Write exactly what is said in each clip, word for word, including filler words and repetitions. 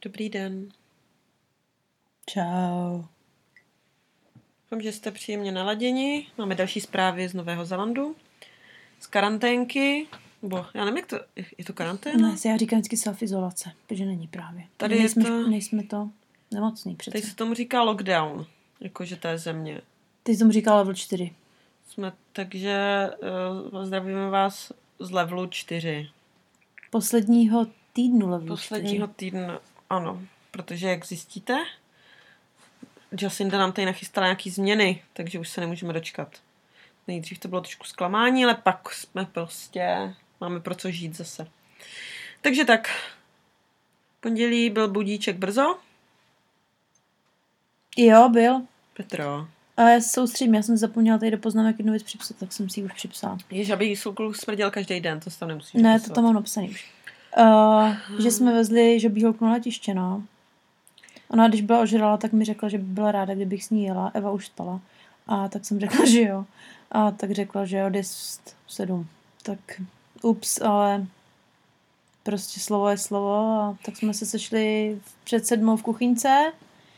Dobrý den. Čau. Doufám, že jste příjemně naladěni. Máme další zprávy z Nového Zélandu. Z karanténky. Nebo, já nevím, jak to... Je to karanténa? Ne, já říkám vždycky self-izolace, protože není právě. Tady nejsme, je to... nejsme to nemocný přece. Tady se tomu říká lockdown. Jakože to je země. Ty jsi tomu říkal level čtyři. Jsme, takže uh, zdravíme vás z levelu čtyři. Posledního týdnu levelu Posledního čtyři. týdnu, ano. Protože, jak zjistíte, Jacinda nám tady nachystala nějaký změny, takže už se nemůžeme dočkat. Nejdřív to bylo trošku zklamání, ale pak jsme prostě, máme pro co žít zase. Takže tak, v pondělí byl budíček brzo. Jo, byl. Petro. Ale já se soustředím, já jsem zapomněla tady do poznámek jednu věc připsat, tak jsem si ji už připsala. Jež, aby jí sulku smrděl každý den, to se tam nemusíš Ne, napisovat. to tam mám napsaný už. Uh, že jsme vezli žabí holku na letiště, no. Ona, když byla ožrala, tak mi řekla, že by byla ráda, kdybych s ní jela. Eva už spala. A tak jsem řekla, že jo. A tak řekla, že jo, deset, sedm. Tak ups, ale prostě slovo je slovo. A tak jsme se sešli před sedmou v kuchyňce.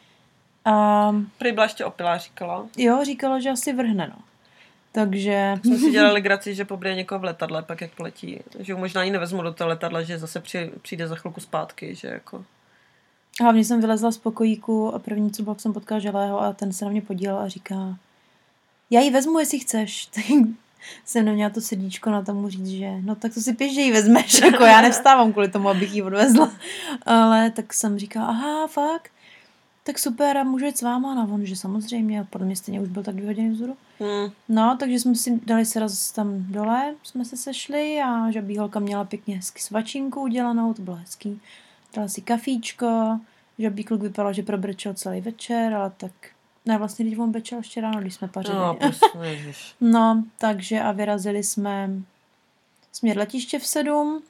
A Prý byla ještě opilá, říkala. jo, říkala, že asi vrhne, no. Takže... Jsme si dělali graci, že pobrije někoho v letadle, pak jak poletí. Že ho možná ani nevezmu do toho letadla, že zase při, přijde za chvilku zpátky, že jako... Hlavně jsem vylezla z pokojíku a první, co bylo, jsem potkala Želého a ten se na mě podílel a říká, já ji vezmu, jestli chceš. Tak jsem neměla to srdíčko na tomu říct, že no tak to si pěš, že ji vezmeš, jako já nevstávám kvůli tomu, abych ji odvezla. Ale tak jsem říkala, aha, fakt, tak super a můžu jít s váma? No on, že samozřejmě, podle mě stejně už byl tak dvě hodiny vzadu. Hmm. No, takže jsme si dali se raz tam dole, jsme se sešli a žabí holka měla pěkně hezky svačinku udělanou, to bylo hezký. Dala si kafíčko, žabí kluk vypadal, že probrčel celý večer, ale tak... Ne, vlastně, když on brčel ještě ráno, když jsme pařili. No, prostě, ježiš. No, takže a vyrazili jsme směr letiště v sedm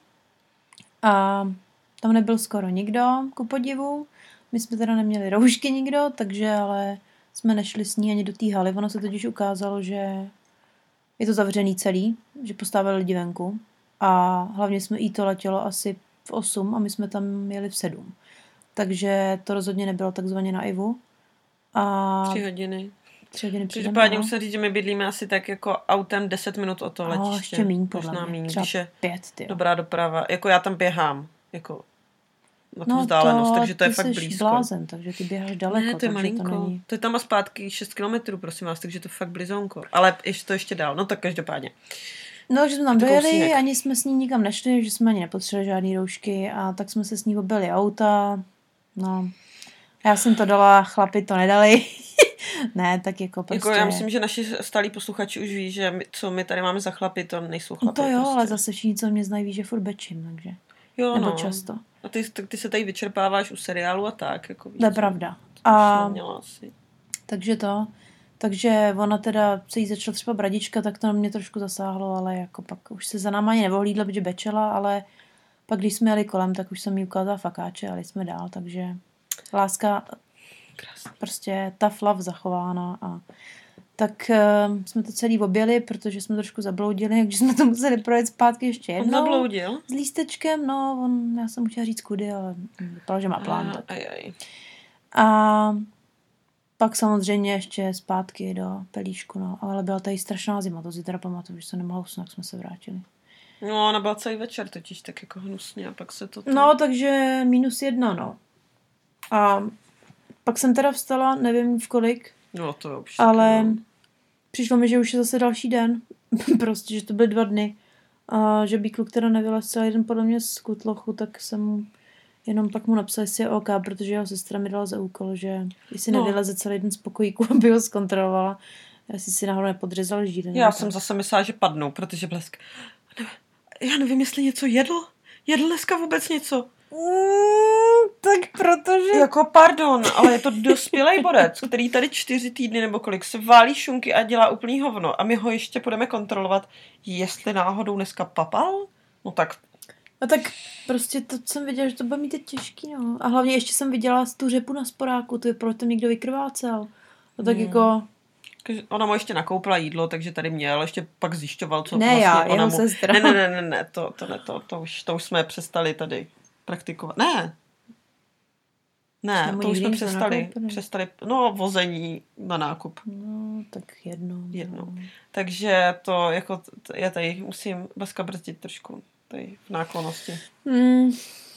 a tam nebyl skoro nikdo, ku podivu. My jsme teda neměli roušky nikdo, takže ale jsme nešli s ní ani do té haly. Ono se totiž ukázalo, že je to zavřený celý, že postavili lidi venku a hlavně jsme jí to letělo asi v osm a my jsme tam jeli v sedm. Takže to rozhodně nebylo takzvaně na Ivu. A Tři hodiny. tři hodiny přijdeme. Každopádně musím říct, že my bydlíme asi tak jako autem deset minut od toho letiště. No, ještě míň, podle Možná mě. míň, Třeba když je pět, tyjo. dobrá doprava. Jako já tam běhám. Jako na tu No vzdálenost, to, takže to je ty fakt jsi blízko. blázen, takže ty běháš daleko. Ne, to je takže malinko. To, není... to je tam a zpátky šest kilometrů, prosím vás, takže to je fakt blízonko. Ale ještě to ještě dál, no tak každopádně. No, že jsme tam to dojeli, kousínek. ani jsme s ní nikam nešli, že jsme ani nepotřebovali žádný roušky a tak jsme se s ní objeli auta. No, já jsem to dala, chlapi to nedali. Ne, tak jako prostě... Jako já myslím, že naši stálí posluchači už ví, že my, co my tady máme za chlapy, to nejsou chlapy. No to jo, prostě. ale zase všichni, co mě znají, ví, že furt bečím, takže... Jo, Nebo no. často. A ty, ty se tady vyčerpáváš u seriálu a tak. Jako víš, To je co? pravda. To už A neměla asi. takže to... Takže ona teda se jí začala třeba bradička, tak to na mě trošku zasáhlo, ale jako pak už se za náma ani nevohlídla, protože bečela, ale pak když jsme jeli kolem, tak už jsem jí ukázala fakáče a jeli jsme dál, takže láska Krásný. prostě tough love zachována a tak uh, jsme to celý objeli, protože jsme trošku zabloudili, takže jsme to museli projet zpátky ještě On jednou. zabloudil? S lístečkem, no, on, já jsem chtěla říct kudy, ale vypadalo, že má plán. A, Tak. aj, aj. A pak samozřejmě ještě zpátky do Pelíšku, no. Ale byla tady strašná zima, to si teda pamatuju, že jsem nemohla usnout, jak jsme se vrátili. No, ona byla celý večer totiž tak jako hnusně a pak se to... No, takže minus jedna, no. A pak jsem teda vstala, nevím v kolik, No, to je už ale taky, no. přišlo mi, že už je zase další den. Prostě, že to byly dva dny. A že by kluk teda nevylez celý den podle mě z kutlochu, tak jsem jenom pak mu napsala, jestli je OK, protože jeho sestra mi dala za úkol, že jestli No. nevyleze celý den z pokojíku, aby ho zkontrolovala. Jestli si náhodou nepodřezal žíly. Já jsem zase myslela, že padnou, protože blesk... Já nevím, jestli něco jedl. Jedl dneska vůbec něco. Mm, tak protože... Jako pardon, ale je to dospělej borec, který tady čtyři týdny nebo kolik se válí šunky a dělá úplný hovno a my ho ještě budeme kontrolovat, jestli náhodou dneska papal? No tak... No tak prostě to jsem viděla, že to bude mít teď těžký, no. A hlavně ještě jsem viděla tu řepu na sporáku, to je proto někdo vykrvácel. No tak Hmm. jako... Ona mu ještě nakoupila jídlo, takže tady měl, ještě pak zjišťoval, co Ne vlastně já, ona jeho mu... sestra. Ne, ne, ne, ne, ne, to, to ne, to, to, už, to už jsme přestali tady praktikovat. Ne. Ne, Nebo to už nikdy jsme nic přestali. nenakoupili. Přestali, no vození na nákup. No, tak jedno. Jednou. No. Takže to jako, t- já tady musím dneska brzdit trošku tady v náklonosti. Mm.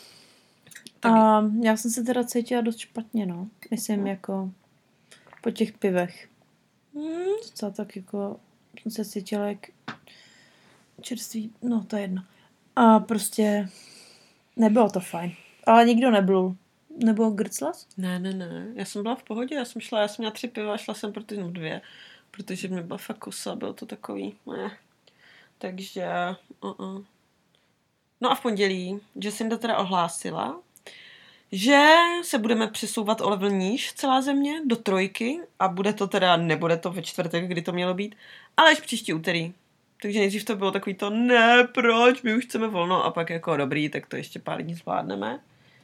Tak- A já jsem se teda cítila dost špatně, no. Myslím, jako po těch pivech. Hmm. Docela tak jako jsem se cítila jak čerstvý, no to je jedno. A prostě nebylo to fajn. Ale nikdo neblul. Nebo grclas? Ne, ne, ne. Já jsem byla v pohodě, já jsem šla, já jsem měla tři piva a šla jsem pro ty no, dvě. Protože mě byla fakt kosa, bylo to takový, ne. Takže, uh-uh. No a v pondělí Jacinda teda ohlásila, že se budeme přesouvat o level níž celá země do trojky a bude to teda, nebude to ve čtvrtek, kdy to mělo být, ale až příští úterý. Takže nejdřív to bylo takový to, ne, proč, my už chceme volno a pak jako dobrý, tak to ještě pár dní zvládneme.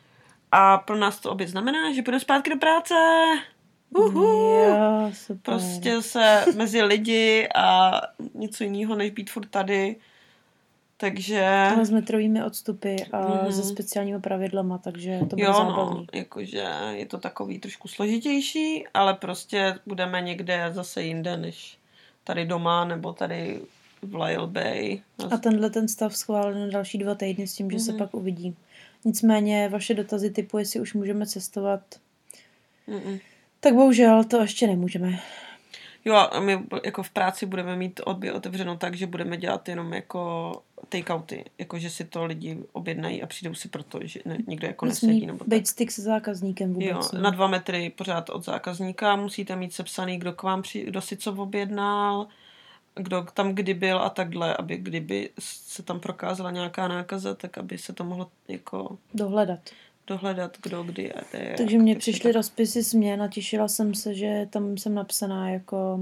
A pro nás to obě znamená, že půjdeme zpátky do práce. Uhu. Jo, super. Prostě se mezi lidi a něco jiného, než být furt tady. Takže... Ale s metrovými odstupy a Mhm. se speciálními pravidlama, takže to bude Jo, zábavný. no, jakože je to takový trošku složitější, ale prostě budeme někde zase jinde, než tady doma, nebo tady v Lyle Bay. A tenhle ten stav schválen na další dva týdny s tím, že mm-hmm. se Mhm. pak uvidí. Nicméně vaše dotazy typu, jestli už můžeme cestovat, Mm-mm. tak bohužel to ještě nemůžeme. Jo, a my jako v práci budeme mít obě otevřenou tak, že budeme dělat jenom jako takeouty. Jako, že si to lidi objednají a přijdou si proto, že ne, nikdo jako Nesmí nesedí. Nebo tak. být styk se zákazníkem vůbec. Jo, no. na dva metry pořád od zákazníka musíte mít sepsaný, kdo k vám při, kdo si co objednal, kdo tam kdy byl a takhle, aby kdyby se tam prokázala nějaká nákaza, tak aby se to mohlo jako Dohledat. dohledat, kdo kdy a to je. Takže mně tak přišly tak. rozpisy změn a těšila jsem se, že tam jsem napsaná jako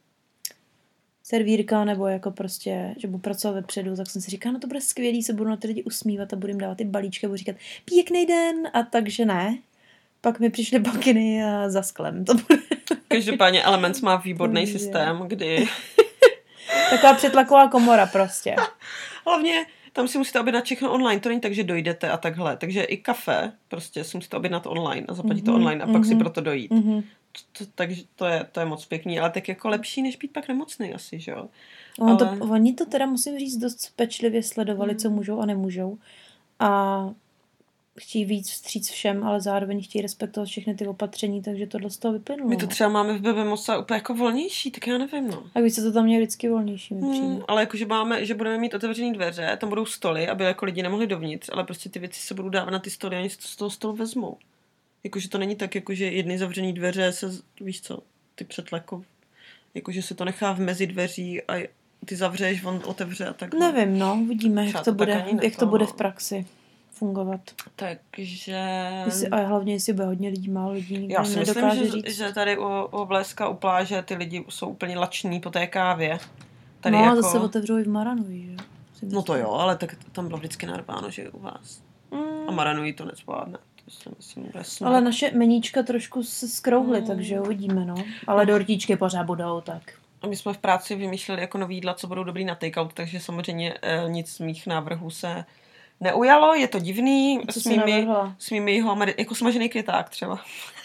servírka nebo jako prostě, že budu pracovat vepředu, tak jsem si říkala, no to bude skvělý, se budu na ty lidi usmívat a budu jim dávat ty balíčky a budu říkat pěkný den a takže ne. Pak mi přišly pokyny a za sklem to bude. Každopádně Elements má výborný Takže. systém, kdy Taková přetlaková komora prostě. hlavně tam si musíte objednat všechno online, to není tak, že dojdete a takhle. Takže i kafe prostě si musíte objednat online a zaplatit to Mhm, online a pak si mhm. proto dojít. Mhm. To, takže to je, to je moc pěkný, ale tak jako lepší, než být pak nemocný asi, že jo? On to, Ale- oni to teda, musím říct, dost pečlivě sledovali, Mm. co můžou a nemůžou. A chtějí víc vstříc všem, ale zároveň chtějí respektovat všechny ty opatření, takže tohle z toho vyplynulo. My to třeba máme v Bebemosa úplně jako volnější, tak já nevím, no. A víš, co to tam je vždycky volnější, mi přijde. Hmm, ale jakože máme, že budeme mít otevřený dveře, tam budou stoly, aby jako lidi nemohli dovnitř, ale prostě ty věci se budou dávat na ty stoly a oni si to z toho stolu vezmou. Jakože to není tak, jakože jedny zavřený dveře se, z- víš co, ty přetleko, jakože se to nechá v mezi dveří a ty zavřeš, on otevře a tak. Nevím, no, uvidíme, Třeba jak to, to bude, tak ani jak to neto, bude no. v praxi fungovat. Takže... Jestli, a hlavně, jestli bude hodně lidí, málo lidí, nikdo Já si myslím, nedokáže že, říct. že tady u, u Bleska, u pláže, ty lidi jsou úplně lační po té kávě. Tady No, jako... zase otevřou i v Maranovi, že? Si No to myslím. jo, ale tak tam bylo vždycky narváno, že u vás. A Mm. Maranují to nezvládne. To si myslím, bude snad. Ale naše meníčka trošku se skrouhly, Mm. takže uvidíme, no. Ale dortíčky pořád budou, tak. A my jsme v práci vymýšleli jako nový jídla, co budou dobrý na takeout, takže samozřejmě eh, nic z mých návrhů se neujalo, je to divný. Co S jsi mými, navrhla? s mými jeho, ameri- jako smažený květák třeba.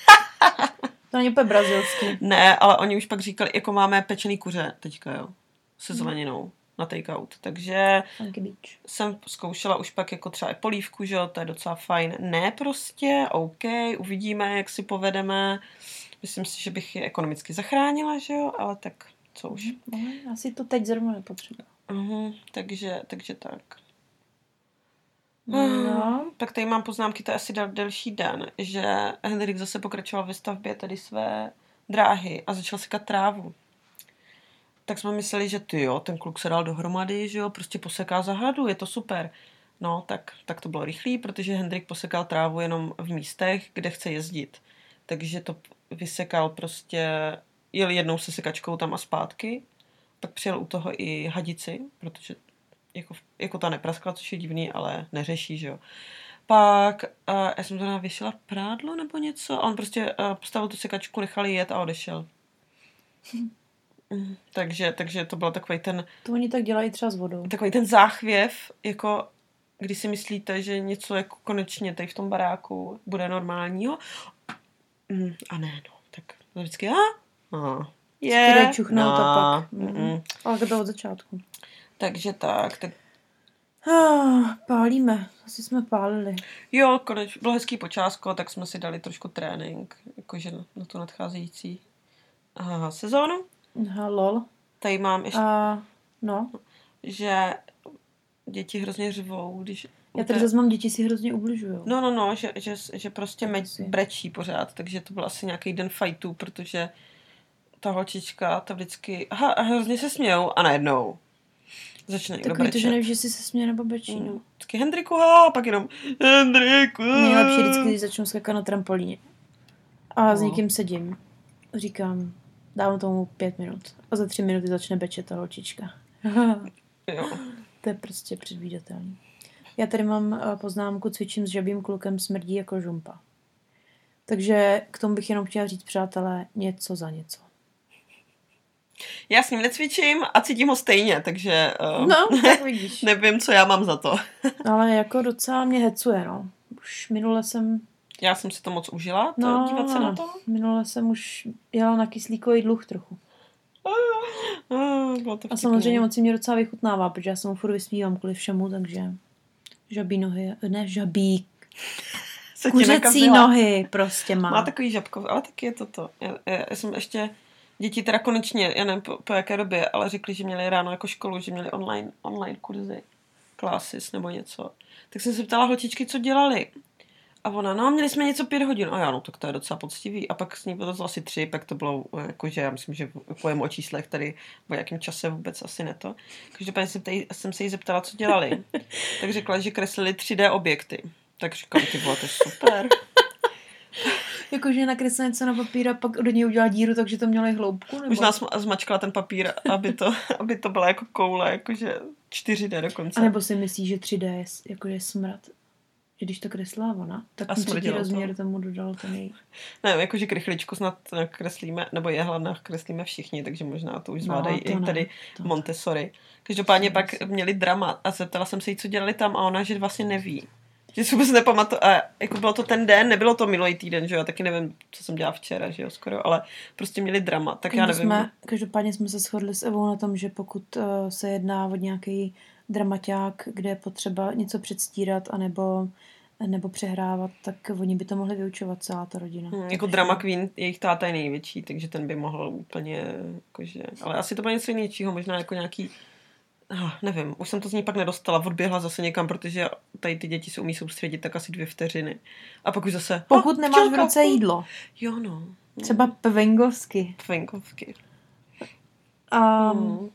To není úplně brazilský. Ne, ale oni už pak říkali, jako máme pečený kuře teďka, jo. Se zeleninou na takeout. Takže Funky Beach. jsem zkoušela už pak jako třeba i polívku, že jo, to je docela fajn. Ne prostě, OK, uvidíme, jak si povedeme. Myslím si, že bych je ekonomicky zachránila, že jo, ale tak co už. No, asi to teď zrovna nepotřeba. Mhm, takže, takže tak. No. Tak tady mám poznámky, to je asi del, delší den, že Henrik zase pokračoval ve stavbě tedy své dráhy a začal sekat trávu. Tak jsme mysleli, že ty jo, ten kluk se dal dohromady, že jo, prostě poseká zahradu, je to super. No, tak, tak to bylo rychlý, protože Hendrik posekal trávu jenom v místech, kde chce jezdit. Takže to vysekal prostě, jel jednou se sekačkou tam a zpátky, pak přijel u toho i hadici, protože jako, jako ta nepraskla, což je divný, ale neřeší, že jo. Pak uh, já jsem to vyšila prádlo nebo něco a on prostě uh, postavil tu sekačku, nechal ji jet a odešel. Mm, takže, takže to byl takový ten, To oni tak dělají třeba s vodou. takový ten záchvěv, jako když si myslíte, že něco jako konečně tady v tom baráku bude normálního. Mm, a ne, no. Tak vždycky, a? A. Je. Ty dej čuchnout no, a pak. Mm, mm. Ale to bylo od začátku. Takže tak, tak. Ah, pálíme. Asi jsme pálili. Jo, konečně. Bylo hezký počásko, tak jsme si dali trošku trénink, jakože na, na tu nadcházející aha, sezónu. Aha, lol. Tady mám ještě, A, no. že děti hrozně řvou, když... Já tady zase mám děti, si hrozně ubližují. No, no, no, že, že, že prostě me si. brečí pořád, takže to byl asi nějaký den fajtů, protože ta holčička, ta vždycky, aha, a hrozně se smějou a najednou začne někdo Takový brečet. to, že nevíš, jestli se směje nebo brečí, no. Mm, taky Hendriku, ha, a pak jenom Hendriku. Nejlepší vždycky, když začnu skákat na trampolíně. A No. s někým sedím. Říkám, dávám tomu pět minut. A za tři minuty začne bečet ta holčička. Jo. To je prostě předvídatelný. Já tady mám eh, poznámku, cvičím s žabým klukem, smrdí jako žumpa. Takže k tomu bych jenom chtěla říct, přátelé, něco za něco. Já s ním necvičím a cítím ho stejně, takže uh, No, tak vidíš. nevím, co já mám za to. Ale jako docela mě hecuje, no. Už minule jsem... Já jsem si to moc užila, to, No, dívat se na to. minule jsem už jela na kyslíkový dluh trochu. Uh, bylo to A samozřejmě moc si mě docela vychutnává, protože já se mu furt vysmívám kvůli všemu, takže žabí nohy, ne žabí, se ti kuřecí nakazila. nohy prostě má. Má takový žabkov, ale taky je to to. Já, já, já jsem ještě, děti teda konečně, já nevím po, po jaké době, ale řekli, že měli ráno jako školu, že měli online, online kurzy, classes nebo něco. Tak jsem se ptala holčičky, co dělali. A ona, no, měli jsme něco pět hodin. A já, no, tak to je docela poctivý. A pak s ní bylo to asi tři, pak to bylo, jakože, já myslím, že pojem o číslech tady, o jakém čase vůbec asi ne to. Každopádně jsem, tady, jsem se jí zeptala, co dělali. Tak řekla, že kreslili tři dé objekty. Tak říkám, ty vole, to je super. Jakože nakreslil něco na papír a pak do něj udělal díru, takže to mělo i hloubku, nebo? Možná sm- zmačkala ten papír, aby to, aby to byla jako koule, jakože čtyři dé dokonce. A nebo si myslíš, že tři dé je jakože smrad? Že když to kreslila ona, tak A ten třetí smrdilo to. rozměr tomu dodal ten její. Ne, jakože krychličku snad nakreslíme, nebo jehla nakreslíme všichni, takže možná to už zvládají No, to i ne, tady to Montessori. Každopádně to pak myslím. měli drama a zeptala jsem se jí, co dělali tam a ona, že vlastně neví. Že si vůbec nepamatuju. A jako bylo to ten den, nebylo to minulý týden, že jo, já taky nevím, co jsem dělala včera, že jo, skoro, ale prostě měli drama, tak já nevím. Jsme, každopádně jsme se shodli s Evou na tom, že pokud uh, se jedná o nějaký dramaťák, kde je potřeba něco předstírat, anebo nebo přehrávat, tak oni by to mohli vyučovat celá ta rodina. Hmm, jako drama queen, jejich táta je největší, takže ten by mohl úplně, jakože, ale asi to bylo něco jiného, možná jako nějaký, ah, nevím, už jsem to z ní pak nedostala, odběhla zase někam, protože tady ty děti se umí soustředit tak asi dvě vteřiny. A pak už zase... Pokud oh, nemáš v včelka, ruce jídlo. Jo, no. Třeba pvengovsky. Pvenkovky. Um, Hmm.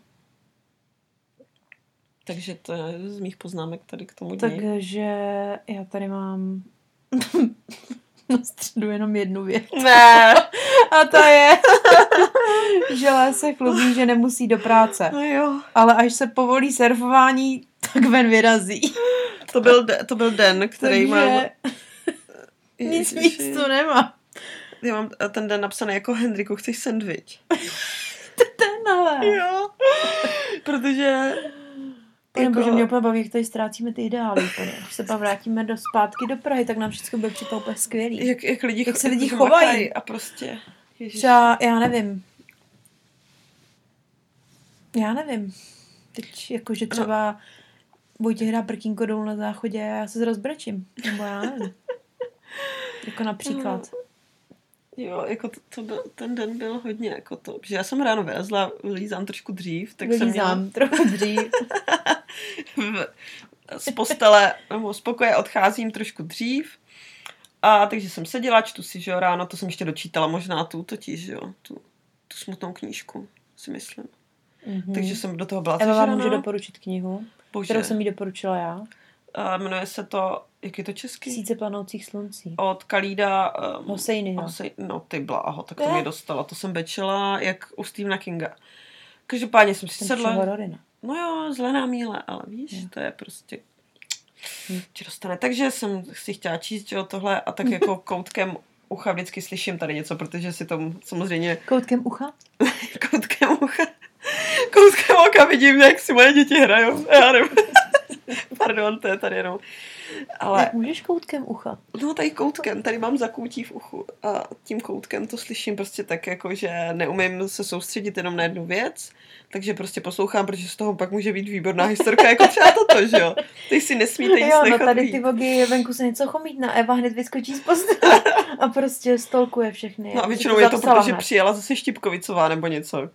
Takže to je z mých poznámek tady k tomu dní. Takže já tady mám na středu jenom jednu věc. Ne. A to je, že Lé se chlubí, že nemusí do práce. No jo. Ale až se povolí surfování, tak ven vyrazí. To byl, de- to byl den, který Takže mám... nic Ježiši. víc tu nemá. Já mám ten den napsaný jako Hendriku, chceš sendvič? Ten ale. Jo. Protože... Nebo že mě úplně baví, jak tady ztrácíme ty ideály. Úplně. Když se pak vrátíme do zpátky do Prahy, tak nám všechno bude přitom úplně skvělý. Jak, jak, lidi, Jak se lidi jako chovají. makají A prostě... Ježiš. Třeba, já nevím. Já nevím. Teď jakože třeba Vojtěch hrá prkínko dolů na záchodě a já se rozbrečím. Nebo já nevím. Jako například. Jo, jako to, to byl, ten den byl hodně jako to. Že já jsem ráno vylezla, vylízám trošku dřív, tak jsem měla... Vylízám trochu dřív. z postele, nebo z pokoje odcházím trošku dřív. A takže jsem seděla, čtu si, že jo, ráno, to jsem ještě dočítala, možná tu totiž, že jo, tu, tu smutnou knížku, si myslím. Mm-hmm. Takže jsem do toho byla Eva vám zažraná. může doporučit knihu, Bože. kterou jsem jí doporučila já. A jmenuje se to, jak je to česky? Tisíce planoucích sluncí. Od Kalída... Um, Hosejnyho. Hosej, no ty bláho, tak to mě dostala. To jsem bečela jak u Stephena Kinga. Každopádně jsem si Ten sedla. horory, No jo, zelená míle, ale víš, Jo. to je prostě... Hm. Tě dostane. Takže jsem si chtěla číst, že jo, tohle a tak jako koutkem ucha vždycky slyším tady něco, protože si tomu samozřejmě Koutkem ucha? koutkem ucha koutkem oka vidím, jak si moje děti hrajou. Já nevím. Pardon, to je tady jenom Ale... Jak můžeš koutkem ucha? No tady koutkem, tady mám zakoutí v uchu a tím koutkem to slyším prostě tak jako, že neumím se soustředit jenom na jednu věc, takže prostě poslouchám, protože z toho pak může být výborná historka, jako třeba toto, že jo. Teď si nesmíte nic jo, nechat no tady být. ty vogy, venku se něco chomítne, Eva hned vyskočí z postele a prostě stolkuje všechny. No a většinou je to, protože hned. Přijela zase Štipkovicová nebo něco.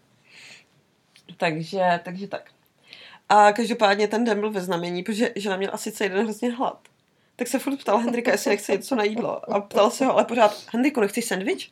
Takže, takže tak. A každopádně ten den byl ve znamení, protože žena měla asi celý den hrozně hlad. Tak se furt ptal Hendrika, jestli nechce něco na jídlo. A ptal se ho ale pořád, Hendriku, nechceš sendvič?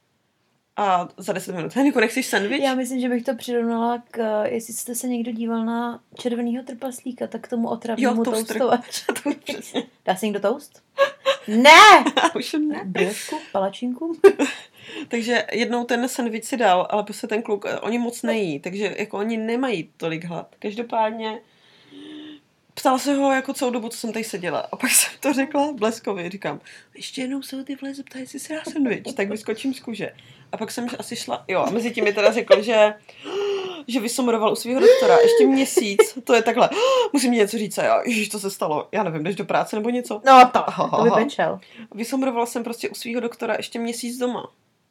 A za deset minut, Hendriku, nechceš sendvič? Já myslím, že bych to přirovnala k, jestli jste se někdo díval na Červenýho trpaslíka, tak k tomu otravnému toustovači. Dá se někdo toast? Ne! Už ne. Briošku, palačinku. Takže jednou ten sendvič si dal, ale prostě ten kluk, oni moc nejí, takže jako oni nemají tolik hlad. Každopádně ptal se ho jako celou dobu, co jsem tady seděla. A pak jsem to řekla Bleskovi. Říkám, ještě jednou se ho ty vole zeptá, jestli si dá sendvič. Tak vyskočím z kůže. A pak jsem asi šla, jo, a mezi tím mi teda řekl, že, že vysomoroval u svého doktora ještě měsíc. To je takhle, musím mi něco říct. A já, ježiš, to se stalo. Já nevím, jdeš do práce nebo něco? No to, to by pečel. Vysomoroval jsem prostě u svého doktora ještě měsíc doma.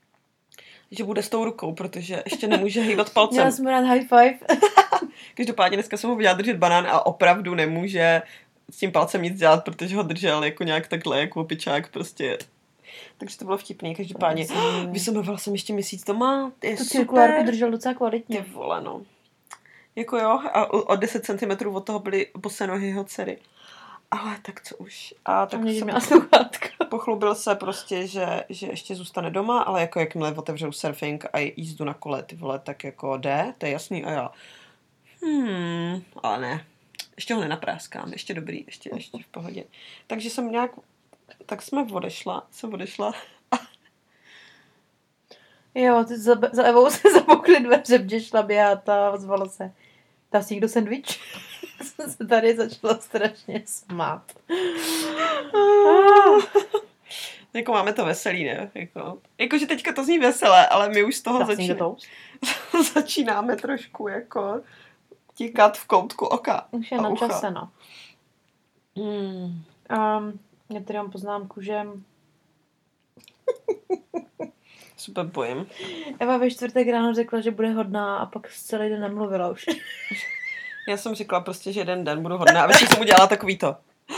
Že bude s tou rukou, protože ještě nemůže hýbat palcem. Měla jsem rád high five. Každopádně dneska jsem ho viděla držet banán a opravdu nemůže s tím palcem nic dělat, protože ho držel jako nějak takhle, jako opičák prostě. Takže to bylo vtipný. Každopádně vysomroval jsem ještě měsíc doma. Je tu super. cirkulárku držel docela kvalitně. Ty vole, no. Jako jo, a o deset centimetrů od toho byly bosé nohy jeho dcery. Ale tak co už. A tak a jsem pochlubil se prostě, že, že ještě zůstane doma, ale jako jakmile otevřou surfing a jízdu na kole, ty vole, tak jako jde, to je jasný. A já, hmm, ale ne. Ještě ho nenapráskám, ještě dobrý, ještě, ještě v pohodě. Takže jsem nějak, tak jsme odešla, jsem odešla. Jo, ty za, za Evou se zapokly dveře, protože šla běhat a ozvala se. Dá si někdo sendvič? Jsem se tady začala strašně smát. Jako máme to veselý, ne? Jako, jakože teďka to zní veselé, ale my už z toho začíná, začínáme trošku jako tíkat v koutku oka. Už je na ucha. čase, no. Hmm. Um, já tady mám poznámku, že super bojím. Eva ve čtvrtek ráno řekla, že bude hodná a pak celý den nemluvila už. Já jsem řekla prostě, že jeden den budu hodná a večer jsem udělala takový to.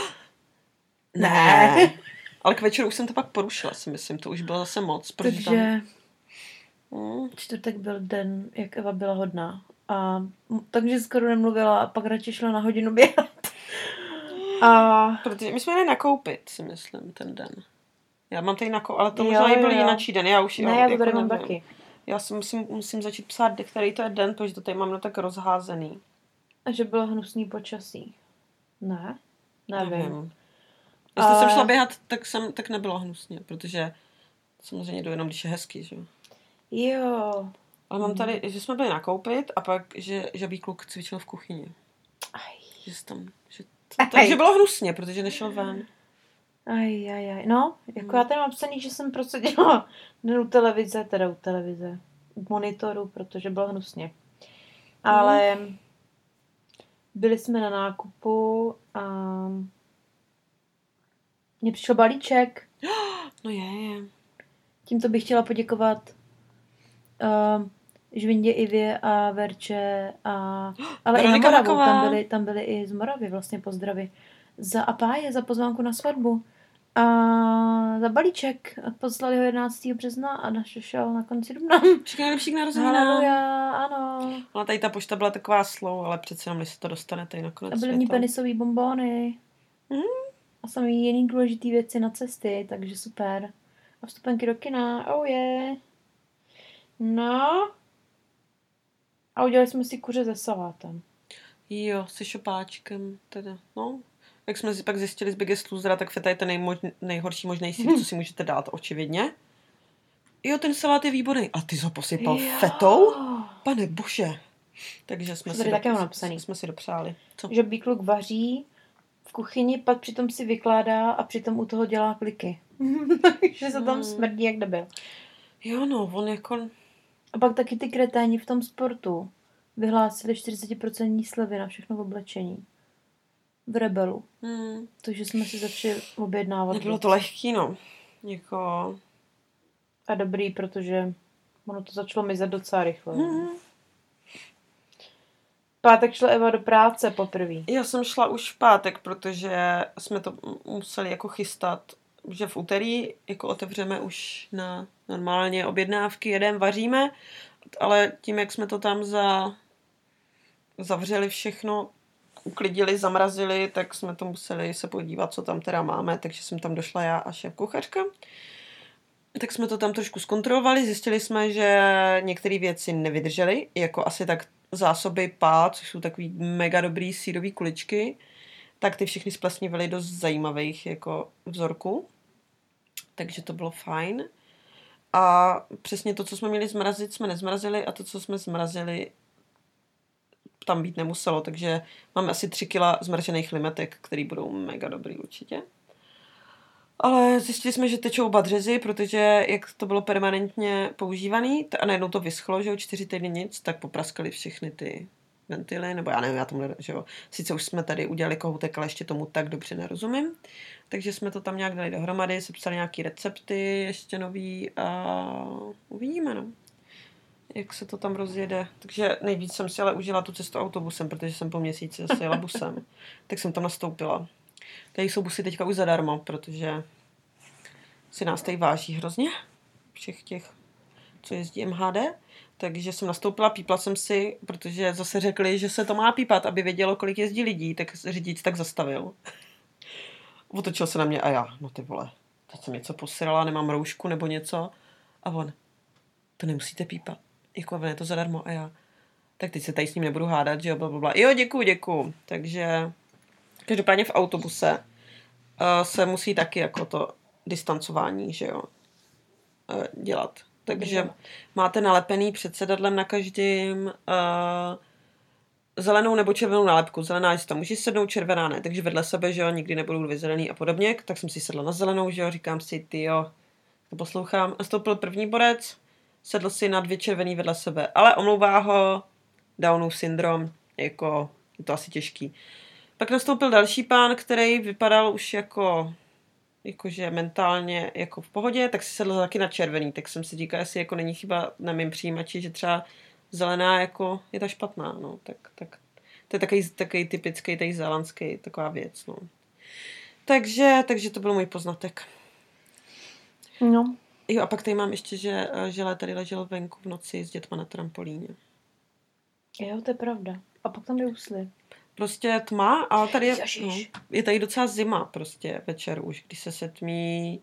Ne. Ale k večeru už jsem to pak porušila, si myslím. To už bylo zase moc. Takže tam... hmm. čtvrtek byl den, jak Eva byla hodná. A takže skoro nemluvila a pak radši šla na hodinu běhat. A... Protože my jsme jeli nakoupit, si myslím, ten den. Já mám tady nakoupit, ale to možná i byl jinačí den. Já už ne, jo, já to jako tady mám nevím. taky. Já si musím, musím začít psát, který to je den, protože to tady mám no tak rozházený. A že bylo hnusný počasí. Ne? Nevím. Nevím. Jestli ale... jsem šla běhat, tak, jsem, tak nebylo hnusně, protože samozřejmě jdu jenom, když je hezký, že jo. Jo. Ale mám tady, že jsme byli nakoupit a pak, že žabý kluk cvičil v kuchyni. Aj. Že tam, že to, takže bylo hnusně, protože nešel ven. Aj, aj, aj. No, jako hmm. já tady mám psaný, že jsem prosadila den u televize, teda u televize, u monitoru, protože bylo hnusně. Ale hmm. byli jsme na nákupu a mně přišel balíček. No je, je. Tímto bych chtěla poděkovat uh, Žvindě, Ivě a Verče a... Ale Veronika i na Moravu, tam byli, tam byli i z Moravy vlastně pozdravy. Za Apáje, za pozvánku na svatbu. A za balíček. Poslali ho jedenáctého března a našel na konci dubna. Všechno nejlepší k narozeninám. Haleluja, ano. Ale tady ta pošta byla taková slow, ale přece jenom, jestli to dostane tady nakonec. A byly v ní penisový bonbóny. Mm. A samý jiný důležitý věci na cesty, takže super. A vstupenky do kina, oh yeah. No. A udělali jsme si kuře se salátem. Jo, se šopáčkem teda, no. Jak jsme si pak zjistili z Biggest Losera, tak feta je ten nejmož, nejhorší možný sír, co si můžete dát, očividně. Jo, ten salát je výborný. A ty jsi ho posypal jo. fetou? Pane bože. Takže jsme si, do, jsme si dopřáli. Co? Že býkluk vaří v kuchyni, pak přitom si vykládá a přitom u toho dělá kliky. Takže se tam smrdí, jak debil. Jo, no, on jako... A pak taky ty kreténi v tom sportu vyhlásili čtyřicet procent slevy na všechno v oblečení. v Rebelu. Hmm. Takže jsme si začali objednávat. Nebylo to lehký, no. Jako... A dobrý, protože ono to začalo mizet docela rychle. Hmm. Pátek šla Eva do práce poprvé. Já jsem šla už v pátek, protože jsme to museli jako chystat, že v úterý jako otevřeme už na normálně objednávky, jedem, vaříme, ale tím, jak jsme to tam za... zavřeli všechno, uklidili, zamrazili, tak jsme to museli se podívat, co tam teda máme, takže jsem tam došla já a šéf kuchařka. Tak jsme to tam trošku zkontrolovali, zjistili jsme, že některé věci nevydržely, jako asi tak zásoby pá, což jsou takový mega dobrý sírový kuličky, tak ty všechny splesnively dost zajímavých jako vzorků. Takže to bylo fajn. A přesně to, co jsme měli zmrazit, jsme nezmrazili a to, co jsme zmrazili, tam být nemuselo, takže máme asi tři kila zmražených limetek, které budou mega dobrý určitě. Ale zjistili jsme, že tečou oba dřezy, protože jak to bylo permanentně používaný a najednou to vyschlo, že o čtyři týdny nic, tak popraskali všechny ty ventily, nebo já nevím, já tomu, že jo. Sice už jsme tady udělali kohoutek, ale ještě tomu tak dobře nerozumím. Takže jsme to tam nějak dali dohromady, sepsali nějaký recepty ještě nový a uvidíme, no, jak se to tam rozjede. Takže nejvíc jsem si ale užila tu cestu autobusem, protože jsem po měsíci zase jela busem. Tak jsem tam nastoupila. Tady jsou busy teďka už zadarmo, protože si nás tady váží hrozně. Všech těch, co jezdí M H D. Takže jsem nastoupila, pípla jsem si, protože zase řekli, že se to má pípat, aby vědělo, kolik jezdí lidí, tak řidič tak zastavil. Otočil se na mě a já, no ty vole, teď jsem něco posirala, nemám roušku nebo něco. A on, to nemusíte pípat, jako je to zadarmo. A já, tak teď se tady s ním nebudu hádat, že jo, blablabla. Jo, děkuju, děkuju. Takže každopádně v autobuse uh, se musí taky jako to distancování, že jo, uh, dělat. Takže máte nalepený před sedadlem na každém uh, zelenou nebo červenou nálepku. Zelená, jestli tam můžeš sednout, červená ne. Takže vedle sebe, že jo, nikdy nebudou dvě zelený a podobně. Tak jsem si sedla na zelenou, že jo, říkám si, ty jo, to poslouchám. Nastoupil první borec, sedl si na dvě červený vedle sebe, ale omlouvá ho Downův syndrom, jako je to asi těžký. Pak nastoupil další pán, který vypadal už jako jakože mentálně jako v pohodě, tak si sedl taky na červený, tak jsem si říkala, jestli jako není chyba na mým přijímači, že třeba zelená jako je ta špatná, no, tak, tak to je takový, takový typický, takový zélandský, taková věc, no. Takže, takže to byl můj poznatek. No. Jo, a pak tady mám ještě, že želé tady ležel venku v noci s dětma na trampolíně. Jo, to je pravda. A pak tam neusli. Prostě tma, ale tady je, no, je tady docela zima prostě večer už, když se setmí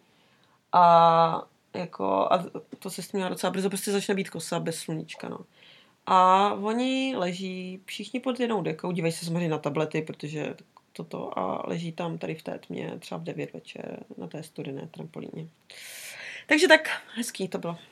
a jako, a to se stmívá docela brzo, prostě začne být kosa bez sluníčka, no. A oni leží všichni pod jednou dekou, dívají se samozřejmě na tablety, protože toto a leží tam tady v té tmě třeba v devět večer na té studené trampolíně. Takže tak, hezký to bylo.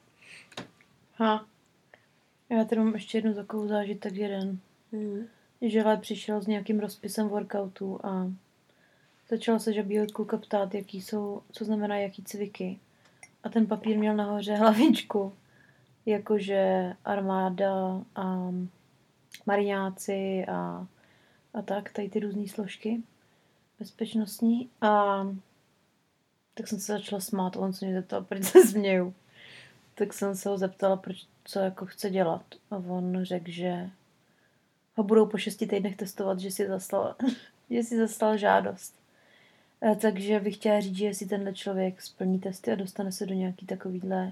Ha. Já tady mám ještě jednu takovou zážitek jeden. Hmm. Žele přišel s nějakým rozpisem workoutu a začala se žabího kluka ptát, jaký jsou, co znamená jaký cviky. A ten papír měl nahoře hlavičku, jakože armáda a mariňáci a, a tak, tady ty různé složky bezpečnostní. A tak jsem se začala smát, on se mě zeptal, proč se směju. Tak jsem se ho zeptala, proč, co jako chce dělat. A on řekl, že ho budou po šesti týdnech testovat, že si zaslal, že si zaslal žádost. E, takže bych chtěla říct, že jestli tenhle člověk splní testy a dostane se do nějaký takovýhle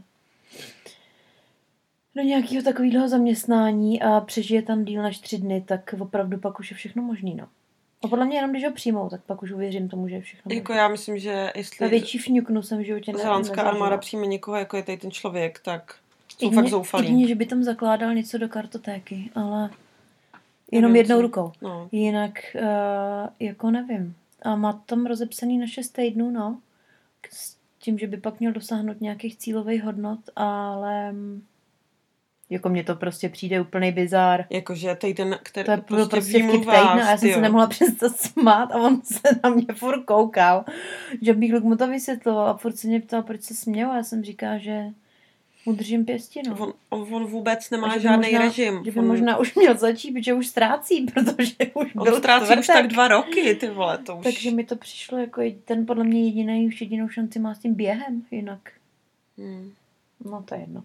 do nějakého takového zaměstnání a přežije tam díl než tři dny, tak opravdu pak už je všechno možný, no. A podle mě jenom, když ho přijmou, tak pak už uvěřím tomu, že je všechno možný. Jako já myslím, že jestli... A větší fňuknu jsem v životě nezažila. Zelandská armáda přijme někoho, jako je tady ten člověk, tak jsou Jedině, fakt zoufalí. Jedině, že by tam zakládal něco do kartotéky, ale jenom nevím, jednou co. rukou. No. Jinak, uh, jako nevím. A má tam rozepsaný na šest týdnů, no. S tím, že by pak měl dosáhnout nějakých cílových hodnot, ale jako mně to prostě přijde úplný bizár. Jakože tady ten, který to je prostě, prostě vtip týdna a já jsem tyjo. se nemohla přestat smát a on se na mě furt koukal. Že bych mu to vysvětloval a furt se mě ptal, proč se směl a já jsem říkala, že Udržím pěstinu. On, on, on vůbec nemá že by žádný možná, režim. Že by on, možná už měl začít, protože už ztrácí, protože už on byl ztrácí čtvrtek. už tak dva roky, ty vole, to už. Takže mi to přišlo jako ten podle mě jediný, už jedinou šanci má s tím během, jinak. Hmm. No to je jedno.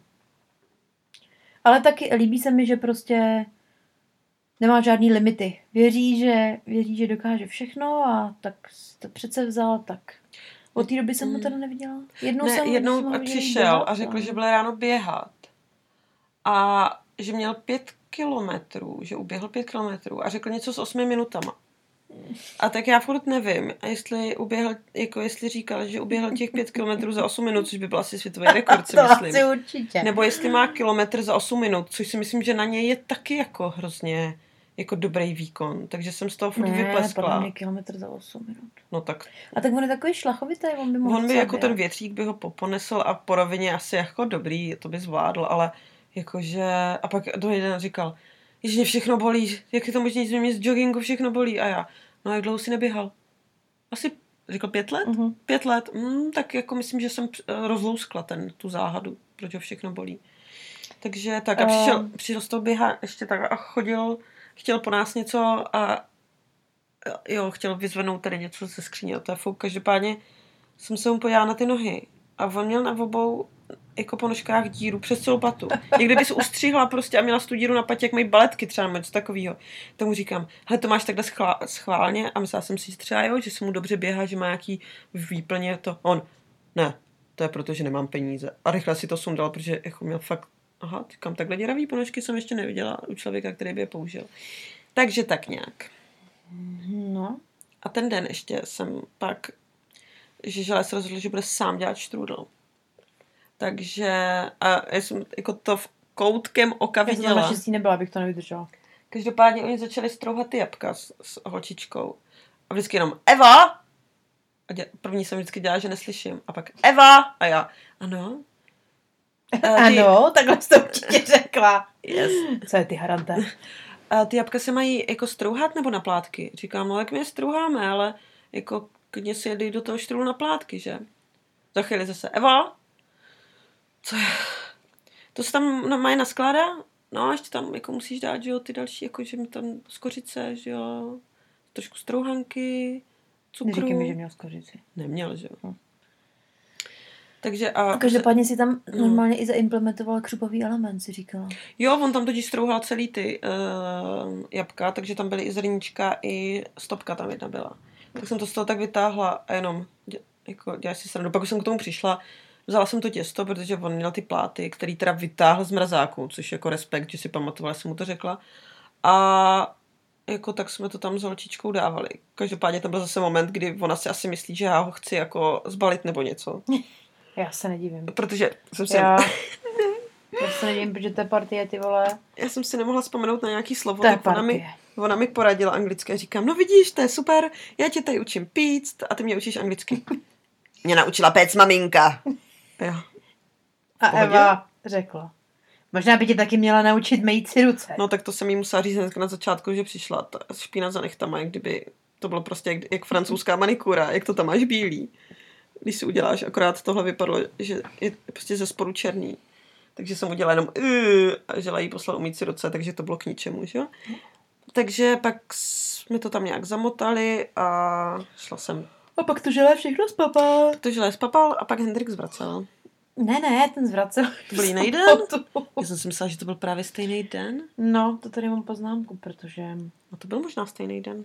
Ale taky líbí se mi, že prostě nemá žádný limity. Věří, že, věří, že dokáže všechno a tak to přece vzal, tak od té doby jsem mm. mu teda neviděla. Jednou ne, jsem jednou jsem přišel běhat, a řekl, ale... že byl ráno běhat a že měl pět kilometrů, že uběhl pět kilometrů a řekl něco s osmi minutama. A tak já furt nevím, a jestli uběhl, jako jestli říkal, že uběhl těch pět kilometrů za osm minut, což by byl asi světový rekord, si to myslím. asi určitě. Nebo jestli má kilometr za osm minut, což si myslím, že na něj je taky jako hrozně jako dobrý výkon. Takže jsem z toho furt ne, vypleskla. podle mě kilometr za osm minut. No tak. A tak on je takový šlachovitý, on by mohl On by jako běhat. ten větřík by ho poponesl a po rovině asi jako dobrý, to by zvládl, ale jakože, a pak do jeden říkal, že mě všechno bolí, jak je to možné, že mě z joggingu všechno bolí a já, no jak dlouho si neběhal? Asi, řekl pět let? Uh-huh. Pět let, mm, tak jako myslím, že jsem rozlouskla ten, tu záhadu, proč ho všechno bolí. Takže tak a přišel, uh... přišel z toho běha ještě tak a chodil, chtěl po nás něco a jo, chtěl vyzvednout tady něco ze skříně, to je fouk. Každopádně jsem se mu podívala na ty nohy a on měl na obou jako po nožkách díru přes celou patu. Někdy bys ustřihla prostě a měla tu díru na patě, jak mají baletky třeba nebo něco takového. Tomu říkám, hele, to máš takhle schvál, schválně a myslela jsem si třeba, jo, že se mu dobře běhá, že má nějaký výplně to. On, ne, to je proto, že nemám peníze. A rychle si to sundal, protože jako měl fakt, aha, říkám, takhle děravý ponožky jsem ještě neviděla u člověka, který by je použil. Takže tak nějak. No. A ten den ještě jsem pak, že Žele se rozhodl, že bude sám dělat štrůdl. Takže a já jsem jako to v koutkem oka viděla. Já jsem naštěstí nebyla, abych to nevydržela. Každopádně oni začali strouhat ty jabka s, s holčičkou. A vždycky jenom Eva! A dě, první jsem vždycky dělala, že neslyším. A pak Eva! A já, ano? A ty, ano, takhle jsi to určitě řekla. Yes. Co je ty harante? A ty jabka se mají jako strouhat nebo na plátky? Říkám, no jak my je strouháme, ale jako klidně si jedli do toho štrůlu na plátky, že? Za chvíli zase Eva! Co je? To se tam mají naskládá? No a ještě tam jako musíš dát, že jo, ty další, jako že mi tam skořice, že jo, trošku strouhanky, cukru. Neříkej mi, že měl skořici. Neměl, že jo. Hm. Takže a... a každopádně si tam normálně no. i zaimplementoval křupový element, si říkala. Jo, on tam totiž strouhal celý ty uh, jabka, takže tam byly i zrníčka, i stopka tam jedna byla. Tak jsem to z toho tak vytáhla a jenom, dě, jako děláš si srandu. Pak už jsem k tomu přišla, vzala jsem to těsto, protože on měl ty pláty, který teda vytáhl z mrazáku, což jako respekt, že si pamatovala, jsem mu to řekla. A jako tak jsme to tam s holčičkou dávali. Každopádně to byl zase moment, kdy ona si asi myslí, že já ho chci jako zbalit nebo něco. Já se nedivím. Protože jsem si... Já, já se nedivím, protože to je partie, ty vole. Já jsem si nemohla vzpomenout na nějaký slovo, to je tak ona mi, ona mi poradila anglicky a říkám, no vidíš, to je super, já tě tady učím pít a ty mě učíš anglicky. Mě naučila péct maminka. Jo. A Eva řekla, možná by tě taky měla naučit mejít si ruce. No tak to jsem jí musela říct hned na začátku, že přišla ta špína za nechtama, jak kdyby to bylo prostě jak, jak francouzská manikura, jak to tam máš bílý. Když si uděláš, akorát tohle vypadlo, že je prostě ze spodu černý. Takže jsem udělala jenom uh, a žela jí poslala umýt si ruce, takže to bylo k ničemu, že jo? Takže pak jsme to tam nějak zamotali a šla jsem. A pak to žele všechno spapal. To žele spapal a pak Hendrik zvracel. Ne, ne, ten zvracel. To byl jiný den? Já jsem si myslela, že to byl právě stejný den. No, to tady mám poznámku, protože... A to byl možná stejný den.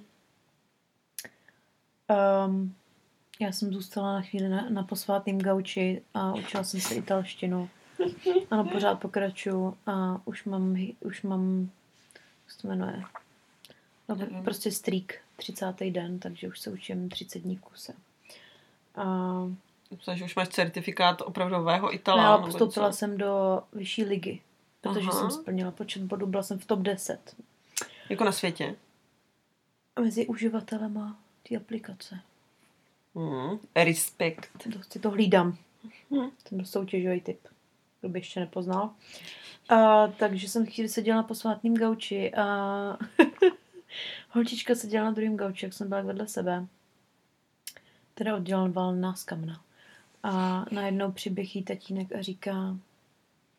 Um, já jsem zůstala na chvíli na, na posvátným gauči a učila jsem se italštinu. Ano, pořád pokračuju a už mám, už mám, jak se to jmenuje, no, prostě streak, třicátý den, takže už se učím třicet dní v kuse. A... Myslím, že už máš certifikát opravdového Itala. No, ale postoupila jsem do vyšší ligy, protože Aha. jsem splnila počet bodů, byla jsem v top deset. Jako na světě? Mezi uživatelema té aplikace. Mm, respekt. To si to hlídám. Mm. Ten byl soutěžový typ. Kdo by ještě nepoznal. A, takže jsem chvíli seděla na posvátným gauči a holčička seděla na druhém gauči, jak jsem byla vedle sebe. Teda oddělala nás kamna. A najednou přiběh jí tatínek a říká,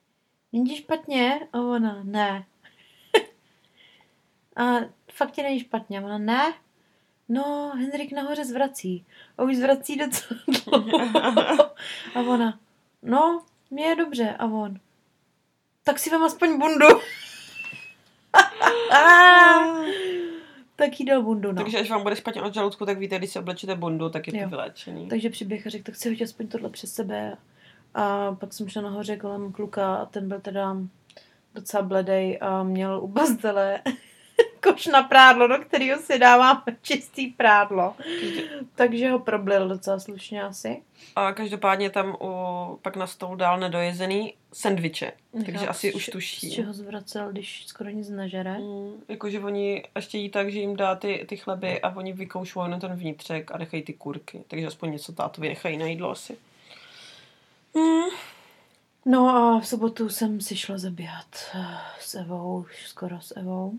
Není ti špatně? A ona, ne. A fakt ti není špatně? A ona, ne. No, Henrik nahoře zvrací. A už zvrací docela dlouho. A ona, no, mě je dobře. A on, tak si vám aspoň bundu. Tak jí dal bundu, no. Takže až vám bude špatně od žaludku, tak víte, když si oblečete bundu, tak je to vyléčený. Takže přiběh a řekl, tak si hoď aspoň tohle přes sebe. A pak jsem šla nahoře kolem kluka a ten byl teda docela bledej a měl u postele koš na prádlo, do kterého si dávám čistý prádlo. Takže ho problil docela slušně asi. A každopádně tam u, pak na stůl dál nedojezený sendviče. Takže Já, asi z, už tuší. Z čeho zvracel, když skoro nic nežere. Mm, jakože oni ještě jí tak, že jim dá ty, ty chleby a oni vykoušou jenom ten vnitřek a nechají ty kurky. Takže aspoň něco tátovi nechají na jídlo asi. Mm. No a v sobotu jsem si šla zaběhat s Evou, skoro s Evou.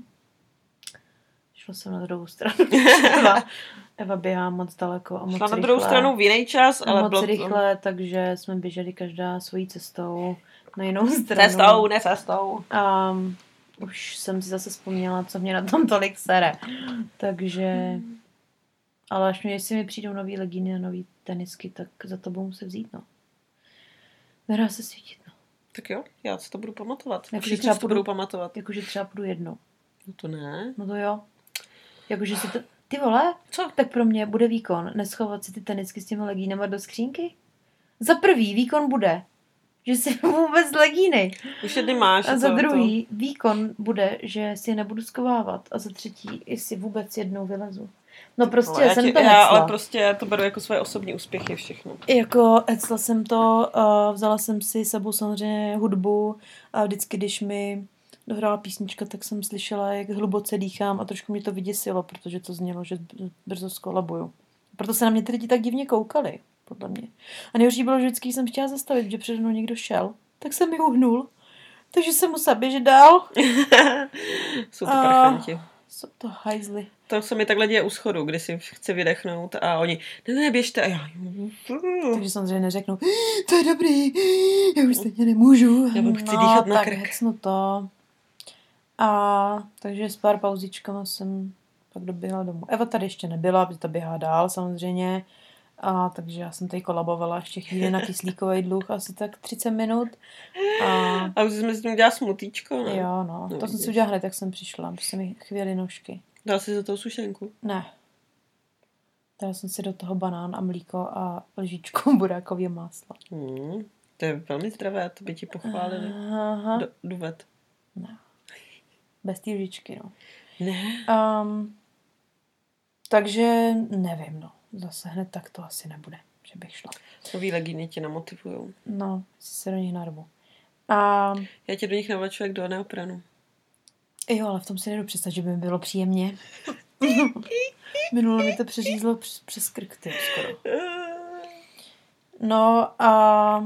Šla jsem na druhou stranu. Eva, Eva běhá moc daleko a moc Šla rychle. na druhou stranu v jiný čas, ale moc bylo rychle, to... takže jsme běželi každá svojí cestou na jinou stranu. Cestou, ne cestou. A už jsem si zase vzpomněla, co mě na tom tolik sere. Takže... Hmm. Ale až mě, jestli mi přijdou nový legíny a nový tenisky, tak za to budu muset vzít, no. Nedá se svítit, no. Tak jo, já si to budu pamatovat. Jakože Všichni třeba si to půjdu, budou pamatovat. Jakože třeba půjdu jednou. No to ne. No to jo. Jakože si to... Ty vole? Co? Tak pro mě bude výkon neschovat si ty tenisky s těmi legínama do skřínky. Za prvý výkon bude, že si vůbec legíny. Už jedny máš. A za to, druhý to... výkon bude, že si je nebudu schovávat. A za třetí, jestli vůbec jednou vylezu. No prostě já jsem tě, to já, hecla. ale prostě to beru jako svoje osobní úspěchy všechno. Jako hecla jsem to, uh, vzala jsem si s sebou samozřejmě hudbu a vždycky, když mi dohrála písnička, tak jsem slyšela, jak hluboce dýchám a trošku mě to vyděsilo, protože to znělo, že brzo skolabuju. Proto se na mě ty lidi tak divně koukali, podle mě. A nejhorší bylo, že vždycky jsem chtěla zastavit, že přede mnou někdo šel, tak jsem mi uhnul. Takže jsem musela běžet dál. Jsou to prachanti. Jsou to hajzly. To se mi takhle děje u schodu, kdy si chce vydechnout a oni, ne, ne, běžte. A já... Takže samozřejmě neřeknu, to je dobrý, já už stejně nemůžu. Já vám chci no, dýchat na tak krk. hecnu to. A takže s pár pauzičkama jsem pak doběhla domů. Eva tady ještě nebyla, protože ta běhá dál samozřejmě. A takže já jsem tady kolabovala ještě chvíli na kyslíkový dluh, asi tak třicet minut. A, a už jsme si tím dělala smutíčko, ne? Jo, no. no To jsem si udělala hned, jak jsem přišla. Protože se mi chvěly nožky. Dala jsi za tou sušenku? Ne. Dala jsem si do toho banán a mlíko a lžičku burákového másla. Hmm, to je velmi zdravé, to by ti pochválili. Aha. Do, duvet. Ne. Bez té lžičky, no. Ne. Um, takže nevím, no. Zase hned tak to asi nebude, že bych šla. Nový legíny tě namotivujou. No, si se do nich narvu. A... Já tě do nich navlačuji jak do neoprenu. Jo, ale v tom si nedu představit, že by mi bylo příjemně. Minule mi to přeřízlo přes, přes krk, ty, skoro. No a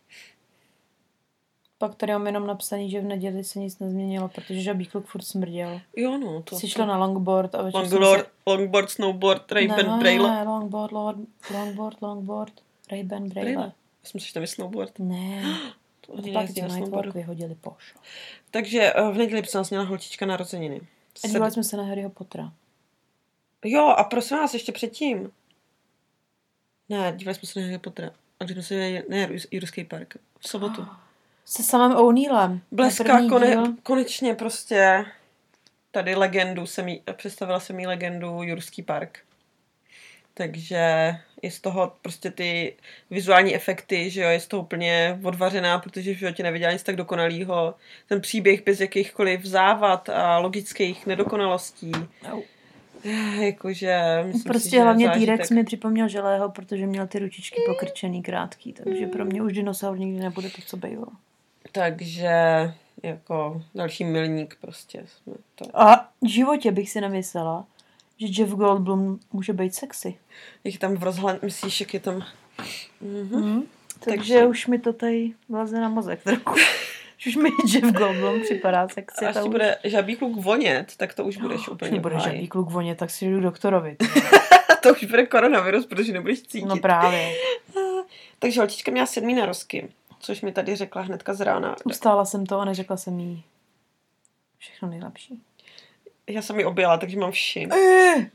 pak tady mám jenom napsaný, že v neděli se nic nezměnilo, protože žabý kluk furt smrděl. Jo, no. To, Jsi to... šla na longboard a večer Longboard, se... longboard, snowboard, Ray-Ban, ne, braille. Ne, longboard, lord, longboard, longboard, Ray-Ban, braille. Já jsem si, že tam je snowboard. Ne. To A oni pak nejezdí ti na Nightwalk snowboardu. vyhodili pošo. Takže v neděli se nás měla holčička narozeniny. A dívali jsme se na Harryho Pottera. Jo, a prosím vás, ještě předtím. Ne, dívali jsme se na Harry Pottera. A když jsme se jeli, ne, Jurský park. V sobotu. Oh. Se samým O'Neillem. Bleska, kone, konečně prostě tady legendu, jsem jí, představila jsem jí legendu Jurský park. Takže je z toho prostě ty vizuální efekty, že jo, je z toho úplně odvařená, protože v životě neviděla nic tak dokonalýho. Ten příběh bez jakýchkoliv závad a logických nedokonalostí. No. Jakože, myslím prostě si, že hlavně zážitek... T-Rex mi připomněl želého, protože měl ty ručičky pokrčený krátký, takže pro mě už dinosaur nikdy nebude to, co bývalo. Takže jako další milník prostě. Jsme to... A v životě bych si nemyslela, že Jeff Goldblum může být sexy. Jak tam v rozhled, myslíš, jak je tam... Mhm. Mm, takže, takže už mi to tady vlaze na mozek trochu. Už mi Jeff Goldblum připadá sexy. A až ti bude žabý kluk vonět, tak to už budeš oh, úplně Když bude žabý kluk vonět, tak si jdu doktorovi. To už bude koronavirus, protože nebudeš cítit. No právě. Takže holčička měla sedmý narozky. což mi tady řekla hnedka z rána. Ustála jsem to a neřekla jsem jí všechno nejlepší. Já jsem ji objela, takže mám vši. Uh,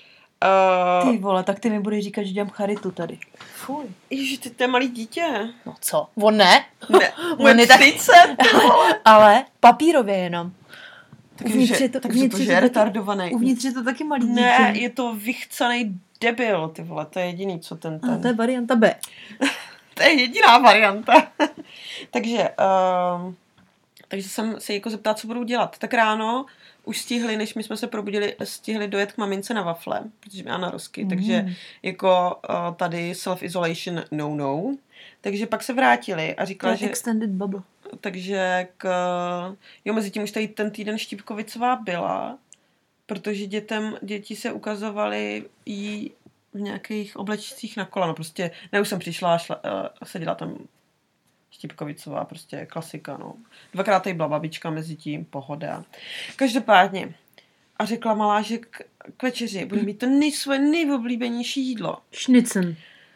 Uh, ty vole, tak ty mi budeš říkat, že dělám charitu tady. Fuj. Ježiš, ty to je malý dítě. No co? On ne? Ne, On je tak... třicet, Ale papírově jenom. Takže, je to, takže to, že je retardovaný. Uvnitř je to taky malý dítě. Ne, je to vychcený debil, ty vole, to je jediný, co ten ten. A to je varianta B. To je jediná varianta. takže, um, takže jsem se jako zeptala, co budou dělat. Tak ráno už stihli, než my jsme se probudili, stihli dojet k mamince na wafle, protože měla narozky, mm. takže jako uh, tady self-isolation no no. Takže pak se vrátili a říkala, že... extended bubble. Takže k... Jo, mezi tím už tady ten týden Štipkovicová byla, protože dětem, děti se ukazovaly jí v nějakých oblečcích na kolano. Prostě, ne, už jsem přišla a šla, uh, seděla tam Štipkovicová, prostě klasika, no. Dvakrát tady byla babička mezi tím, pohoda. Každopádně. A řekla malá, že k, k večeři bude mít to nej, svoje nejoblíbenější jídlo. Šnicen.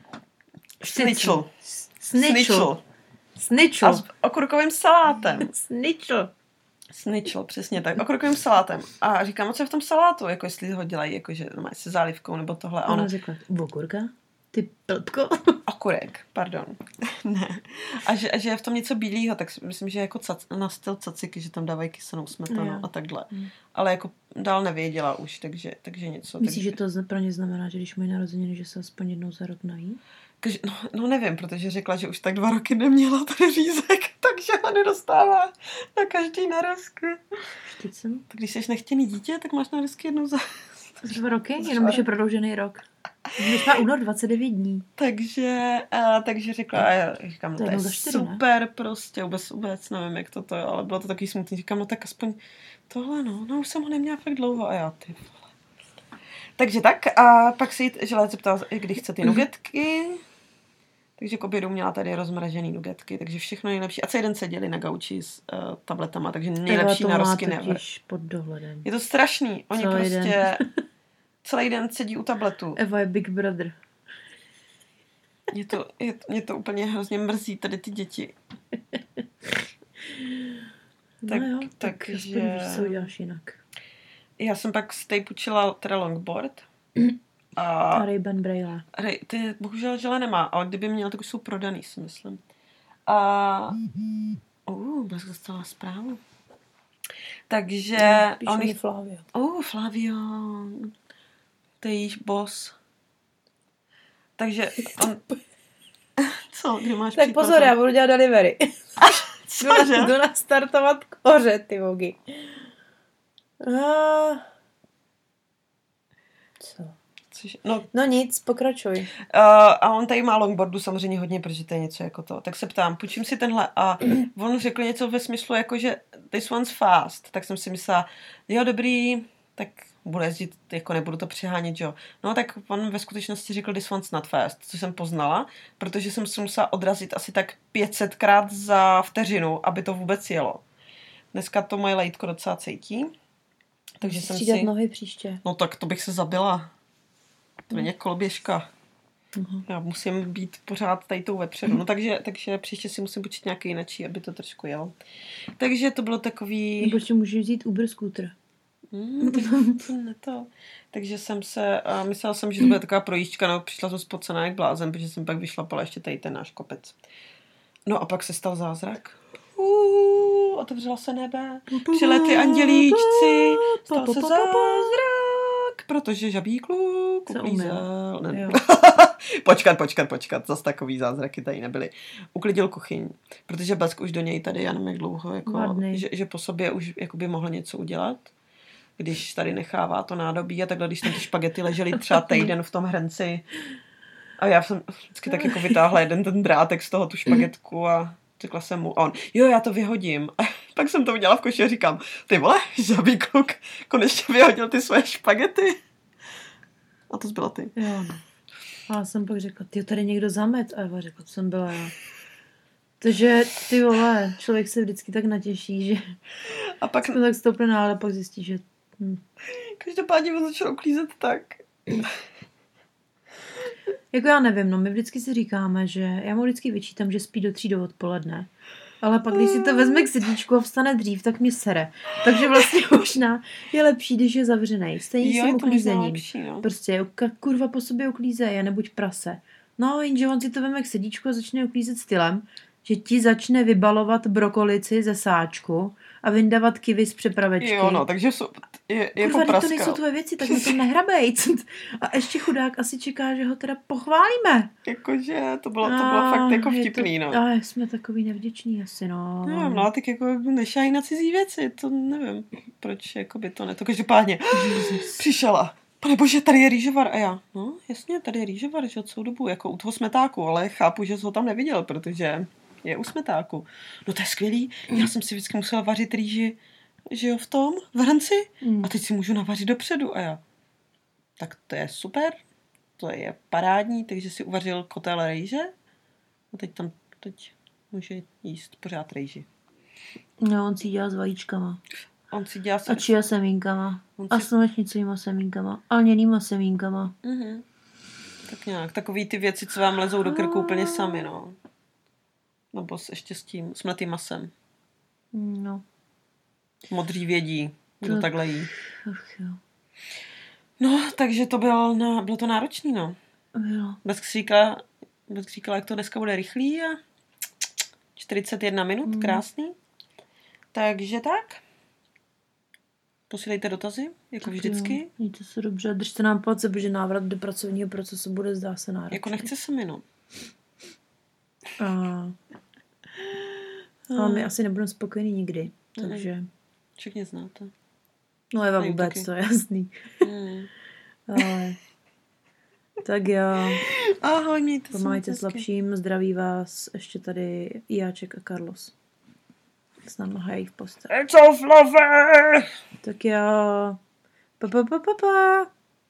Snitchel. Snitchel. Snitchel. A s okurkovým salátem. Snitchel. Snitchel, přesně tak. Okurkovým salátem. A říkám, co je v tom salátu, jako jestli ho dělají, jakože no, se zálivkou nebo tohle. A ona řekla, okurka? Ty plpko? Okurek, pardon. ne. A že, a že je v tom něco bílého, tak myslím, že jako cac, na styl caciky, že tam dávají kysanou smetanu no, a takhle. Mm. Ale jako dál nevěděla už, takže, takže něco. Myslíš, takže... že to pro ně znamená, že když mají narozeniny, že se aspoň jednou za rok nají? Kaž, no, no nevím, protože řekla, že už tak dva roky neměla tady řízek, takže ho nedostává na každý narozky. Štycem? Tak když jsi nechtěný dítě, tak máš narozky jednou za... Za dva roky? Jenom když je prodloužený rok. Když má únor dvacet devět dní. Takže, a, takže řekla, a já říkám, no to to je je čtyři, super, ne? Prostě vůbec, vůbec nevím, jak to to je, ale bylo to takový smutný. Říkám, no tak aspoň tohle, no, no už jsem ho neměla fakt dlouho a já, ty vole. Takže tak, a pak se jí žela zeptala, kdy chce ty nugetky. Takže k obědu měla tady rozmražený nugetky, takže všechno nejlepší. A celý den seděli na gauči s uh, tabletama, takže nejlepší narozky never. Pod dohledem. Je to strašný. Oni celý prostě den. celý den sedí u tabletu. Eva je Big Brother. Mě to, je, mě to úplně hrozně mrzí, tady ty děti. tak, no jo, tak, tak že... víš, co uděláš jinak. Já jsem pak z té půjčila teda longboard. A Ray-Ban Braille. Ray, ty bohužel žele nemá, ale kdyby měl, tak už jsou prodaný, si myslím. A... Uh, Blesk dostala zprávu. Takže... No, píšu mi Flavio. Uh, Flavio. To je jíž boss. Takže on... Co, kdy máš tak pozor, já budu dělat delivery. Cože? Jdu nastartovat koře, ty vogy. A... Co? Což, no, no nic, pokračuj. Uh, a on tady má longboardu samozřejmě hodně, protože to je něco jako to. Tak se ptám, půjčím si tenhle a on řekl něco ve smyslu jako, že this one's fast. Tak jsem si myslela, jo dobrý, tak budu jezdit, jako nebudu to přehánět, jo. No tak on ve skutečnosti řekl this one's not fast, co jsem poznala, protože jsem se musela odrazit asi tak pět set krát za vteřinu, aby to vůbec jelo. Dneska to moje lejtko docela cítí. Takže jsem si... nohy příště. No tak to bych se zabila. To není koloběžka. Uh-huh. Já musím být pořád tady tou vepředu. No takže, takže příště si musím počít nějaký jinačí, aby to trošku jelo. Takže to bylo takový... Nebo ještě můžeš vzít Uber scooter. Mm, to, ne to. Takže jsem se... Uh, myslela jsem, že to bude taková projížďka, no přišla jsem spocená jak blázen, protože jsem pak vyšlapala ještě tady ten náš kopec. No a pak se stal zázrak. Uh, otevřela se nebe. Přiletli andělíčci. Stal se zázrak, protože žabý kluk uklízel. počkat, počkat, počkat. Zas takový zázraky tady nebyly. Uklidil kuchyň, protože Blesk už do něj tady, já nevím jak dlouho, jako, že, že po sobě už by mohl něco udělat. Když tady nechává to nádobí a takhle, když tam ty špagety ležely třeba týden v tom hrnci. A já jsem vždycky tak jako vytáhla jeden ten drátek z toho tu špagetku a řekla jsem mu, a on, jo, já to vyhodím. A pak jsem to udělala v koši a říkám, ty vole, žabý kluk, konečně vyhodil ty svoje špagety. A to zbyla ty. Jo, no. A já jsem pak řekla, ty tady někdo zamet. A Eva řekla, to jsem byla já. Takže ty vole, člověk se vždycky tak natěší, že a pak tak stoupne nálada, a pak zjistí, že... Hm. Každopádně ho začal uklízet tak. Jako já nevím, no my vždycky si říkáme, že já mu vždycky vyčítám, že spí do tří do odpoledne. Ale pak, když si to vezme k sedíčku a vstane dřív, tak mě sere. Takže vlastně možná je lepší, když je zavřenej. Stejně s tím uklízením. Lepší, no. Prostě kurva po sobě uklízeje, nebuď prase. No, jenže on si to veme k sedíčku a začne uklízet stylem, že ti začne vybalovat brokolici ze sáčku a vyndávat kivy z přepravečky. Jo, no, takže jsou, je, je kurva, popraska. to nejsou tvoje věci, tak mi to nehrabej. A ještě chudák asi čeká, že ho teda pochválíme. Jakože to bylo, to bylo fakt jako vtipný, to, no. Ale jsme takový nevděční asi, no. No, no, tak jako nešají na cizí věci, to nevím, proč jako by to ne. To každopádně Jesus. Přišla. Pane bože, tady je rýžovar. A já, no jasně, tady je rýžovar, že celou dobu, jako u toho smetáku, ale chápu, že jsi ho tam neviděl, protože je u smetáku. No to je skvělý, já jsem si vždycky musela vařit rýži, že jo, v tom, v hrnci, Mm. a teď si můžu navařit dopředu. A já, tak to je super, to je parádní, takže si uvařil kotel rýže a teď tam, teď může jíst pořád rýži. No, on si dělá s vajíčkama. On si dělá A čia semínkama. On A si- slunečnicovýma semínkama. A lněnýma semínkama. Mhm. Tak nějak, takový ty věci, co vám lezou do krku úplně sami, no. Nebo s, ještě s tím, s mletým masem. No, Modří vědí, kdo Tak. takhle jí. ach jo. No, takže to byl, no, bylo to náročný, no. Jo. Bez kříkla, bez kříkla, jak to dneska bude rychlý a čtyřicet jedna minut, Mm. krásný. Takže tak. Posílejte dotazy, jako Tak vždycky. jo. Mějte se dobře, držte nám palce, protože návrat do pracovního procesu bude, zdá se, náročný. Jako nechce se mi, no. A... Ale my asi nebudeme spokojení nikdy, Mhm. takže... Všichni znáte. No Eva Nej, vůbec, taky. to je jasný. Mm. Ale... Tak jo, Ahoj, mějte se. pomáhajte hezky. slabším, zdraví vás ještě tady Jáček a Carlos. S náma hají v posteli. It's all fluffy! Tak jo, pa pa pa pa pa.